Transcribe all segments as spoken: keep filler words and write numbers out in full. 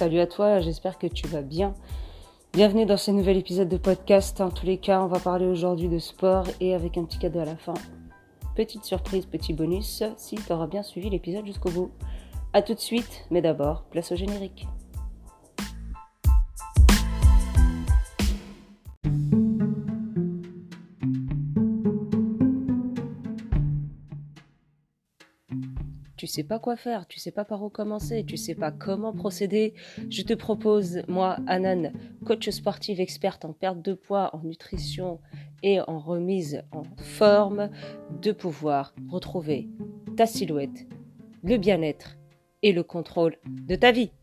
Salut à toi, j'espère que tu vas bien. Bienvenue dans ce nouvel épisode de podcast. En tous les cas, on va parler aujourd'hui de sport et avec un petit cadeau à la fin. Petite surprise, petit bonus, si tu auras bien suivi l'épisode jusqu'au bout. A tout de suite, mais d'abord, place au générique. Tu sais pas quoi faire, tu sais pas par où commencer, tu sais pas comment procéder. Je te propose, moi, Anan, coach sportive experte en perte de poids, en nutrition et en remise en forme, de pouvoir retrouver ta silhouette, le bien-être et le contrôle de ta vie.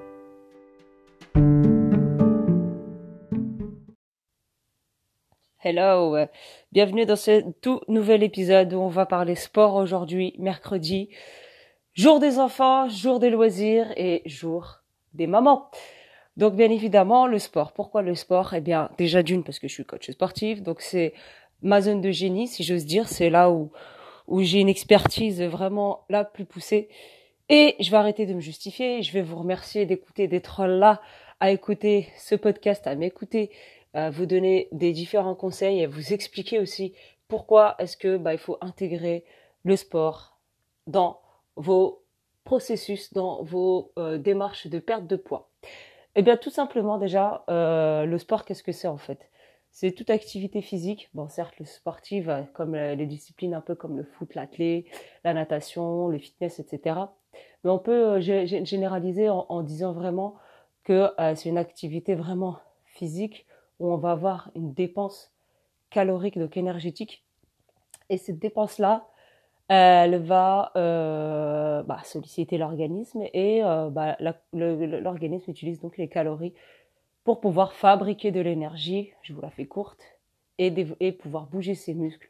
Hello, bienvenue dans ce tout nouvel épisode où on va parler sport aujourd'hui, mercredi. Jour des enfants, jour des loisirs et jour des mamans. Donc bien évidemment, le sport. Pourquoi le sport ? Eh bien, déjà d'une, parce que je suis coach sportif, donc c'est ma zone de génie, si j'ose dire. C'est là où, où j'ai une expertise vraiment la plus poussée. Et je vais arrêter de me justifier. Je vais vous remercier d'écouter, d'être là, à écouter ce podcast, à m'écouter, à vous donner des différents conseils, à vous expliquer aussi pourquoi est-ce que bah, il faut intégrer le sport dans vos processus, dans vos euh, démarches de perte de poids. Eh bien, tout simplement, déjà, euh, le sport, qu'est-ce que c'est en fait ? C'est toute activité physique. Bon, certes, le sportif, euh, comme euh, les disciplines un peu comme le foot, l'athlé, la natation, le fitness, et cetera. Mais on peut euh, g- généraliser en, en disant vraiment que euh, c'est une activité vraiment physique où on va avoir une dépense calorique, donc énergétique. Et cette dépense-là, elle va euh, bah, solliciter l'organisme et euh, bah, la, le, l'organisme utilise donc les calories pour pouvoir fabriquer de l'énergie, je vous la fais courte, et, des, et pouvoir bouger ses muscles,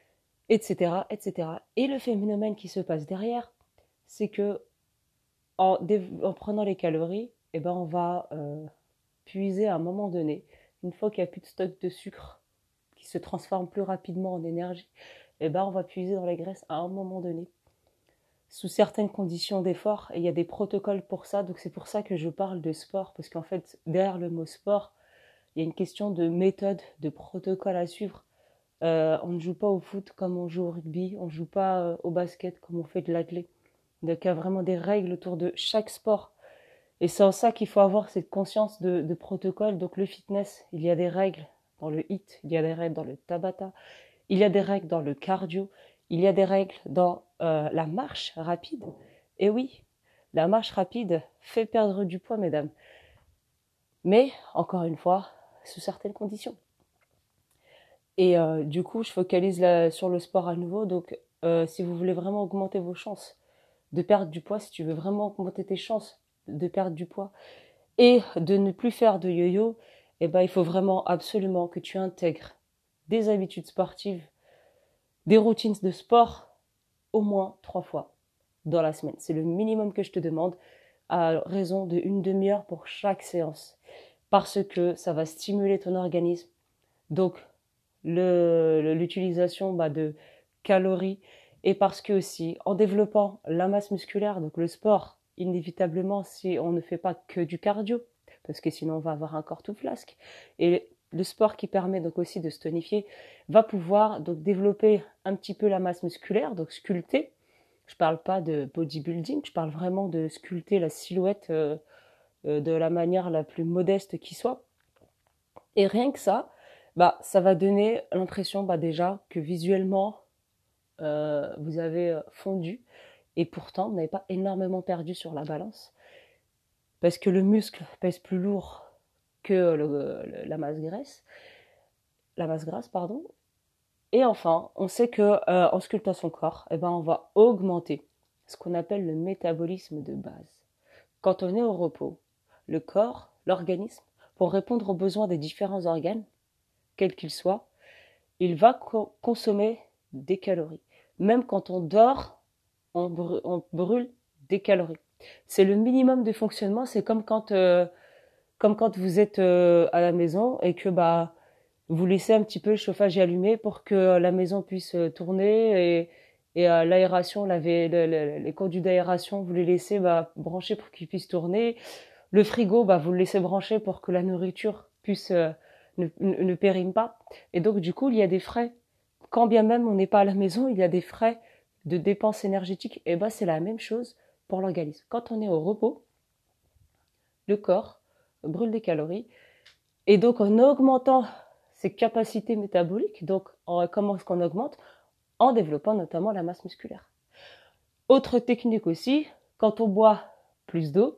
et cetera, et cetera. Et le phénomène qui se passe derrière, c'est que en, en prenant les calories, eh ben on va euh, puiser à un moment donné, une fois qu'il n'y a plus de stock de sucre qui se transforme plus rapidement en énergie, eh ben on va puiser dans les graisses à un moment donné, sous certaines conditions d'effort, et il y a des protocoles pour ça, donc c'est pour ça que je parle de sport, parce qu'en fait, derrière le mot sport, il y a une question de méthode, de protocole à suivre. Euh, on ne joue pas au foot comme on joue au rugby, on ne joue pas euh, au basket comme on fait de l'athlé. Donc il y a vraiment des règles autour de chaque sport. Et c'est en ça qu'il faut avoir cette conscience de, de protocole. Donc le fitness, il y a des règles dans le hit, il y a des règles dans le tabata, il y a des règles dans le cardio, il y a des règles dans euh, la marche rapide. Et oui, la marche rapide fait perdre du poids, mesdames. Mais, encore une fois, sous certaines conditions. Et euh, du coup, je focalise là, sur le sport à nouveau. Donc, euh, si vous voulez vraiment augmenter vos chances de perdre du poids, si tu veux vraiment augmenter tes chances de perdre du poids et de ne plus faire de yo-yo, eh ben, il faut vraiment absolument que tu intègres des habitudes sportives, des routines de sport au moins trois fois dans la semaine. C'est le minimum que je te demande, à raison de une demi-heure pour chaque séance, parce que ça va stimuler ton organisme. Donc, le, le, l'utilisation bah, de calories, et parce que aussi, en développant la masse musculaire, donc le sport, inévitablement, si on ne fait pas que du cardio, parce que sinon on va avoir un corps tout flasque, et le sport qui permet donc aussi de se tonifier, va pouvoir donc développer un petit peu la masse musculaire, donc sculpter. Je parle pas de bodybuilding, je parle vraiment de sculpter la silhouette euh, euh, de la manière la plus modeste qui soit. Et rien que ça, bah, ça va donner l'impression bah, déjà que visuellement, euh, vous avez fondu et pourtant, vous n'avez pas énormément perdu sur la balance parce que le muscle pèse plus lourd que le, le, la masse graisse, la masse grasse, pardon. Et enfin, on sait que euh, en sculptant son corps, eh ben, on va augmenter ce qu'on appelle le métabolisme de base. Quand on est au repos, le corps, l'organisme, pour répondre aux besoins des différents organes, quels qu'ils soient, il va co- consommer des calories. Même quand on dort, on, br- on brûle des calories. C'est le minimum de fonctionnement. C'est comme quand, euh, comme quand vous êtes euh, à la maison et que bah vous laissez un petit peu le chauffage allumé pour que la maison puisse tourner et, et euh, l'aération, la, le, le, les conduits d'aération, vous les laissez bah, brancher pour qu'ils puissent tourner. Le frigo, bah, vous le laissez brancher pour que la nourriture puisse euh, ne, ne, ne périme pas. Et donc, du coup, il y a des frais. Quand bien même on n'est pas à la maison, il y a des frais de dépenses énergétiques. Et bah, c'est la même chose pour l'organisme. Quand on est au repos, le corps brûle des calories. Et donc, en augmentant ses capacités métaboliques, donc en, comment est-ce qu'on augmente? En développant notamment la masse musculaire. Autre technique aussi, quand on boit plus d'eau,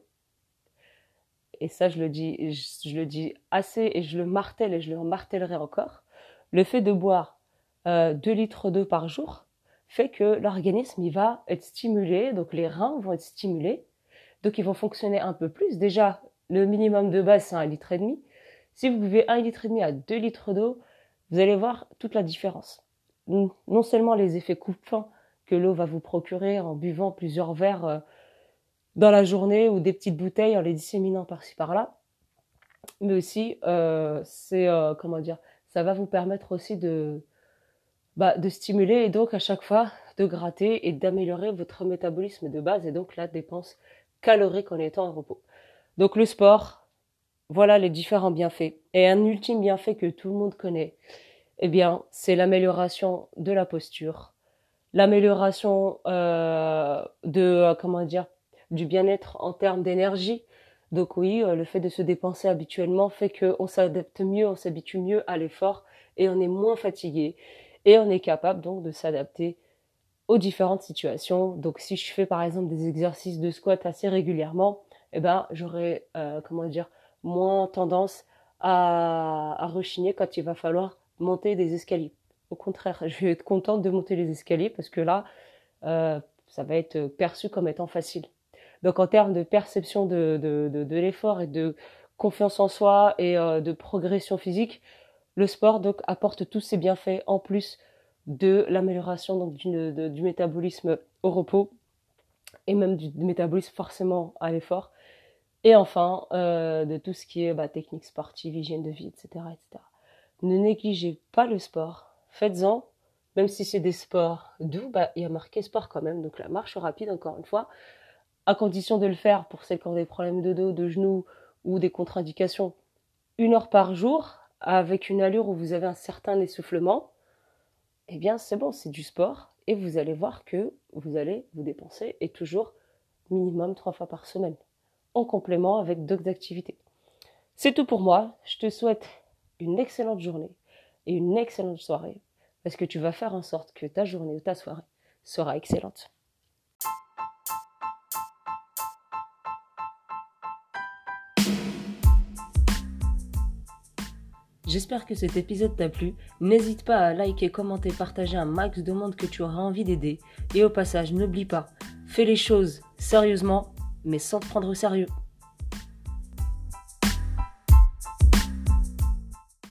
et ça je le dis, je, je le dis assez et je le martèle et je le martèlerai encore, le fait de boire euh, deux litres d'eau par jour fait que l'organisme il va être stimulé, donc les reins vont être stimulés, donc ils vont fonctionner un peu plus. Déjà, le minimum de base c'est un litre et demi. Si vous buvez un litre et demi à deux litres d'eau, vous allez voir toute la différence. Non seulement les effets coupe-faim que l'eau va vous procurer en buvant plusieurs verres euh, dans la journée ou des petites bouteilles en les disséminant par-ci par-là, mais aussi euh, c'est euh, comment dire, ça va vous permettre aussi de bah, de stimuler et donc à chaque fois de gratter et d'améliorer votre métabolisme de base et donc la dépense calorique en étant en repos. Donc le sport, voilà les différents bienfaits. Et un ultime bienfait que tout le monde connaît, eh bien, c'est l'amélioration de la posture, l'amélioration euh, de euh, comment dire, du bien-être en termes d'énergie. Donc oui, euh, le fait de se dépenser habituellement fait qu'on s'adapte mieux, on s'habitue mieux à l'effort et on est moins fatigué et on est capable donc de s'adapter aux différentes situations. Donc si je fais par exemple des exercices de squat assez régulièrement, eh ben j'aurai euh, comment dire, moins tendance à, à rechigner quand il va falloir monter des escaliers. Au contraire, je vais être contente de monter les escaliers parce que là, euh, ça va être perçu comme étant facile. Donc en termes de perception de, de, de, de l'effort et de confiance en soi et euh, de progression physique, le sport donc apporte tous ces bienfaits en plus de l'amélioration donc du, de, du métabolisme au repos et même du, du métabolisme forcément à l'effort. Et enfin, euh, de tout ce qui est bah, technique sportive, hygiène de vie, et cetera, et cetera. Ne négligez pas le sport. Faites-en, même si c'est des sports doux, bah, il y a marqué sport quand même. Donc la marche rapide, encore une fois, à condition de le faire pour celles qui ont des problèmes de dos, de genoux ou des contre-indications, une heure par jour, avec une allure où vous avez un certain essoufflement, eh bien c'est bon, c'est du sport. Et vous allez voir que vous allez vous dépenser, et toujours minimum trois fois par semaine, en complément avec d'autres activités. C'est tout pour moi. Je te souhaite une excellente journée et une excellente soirée, parce que tu vas faire en sorte que ta journée ou ta soirée sera excellente. J'espère que cet épisode t'a plu. N'hésite pas à liker, commenter, partager un max de monde que tu auras envie d'aider. Et au passage, n'oublie pas, fais les choses sérieusement, mais sans te prendre au sérieux.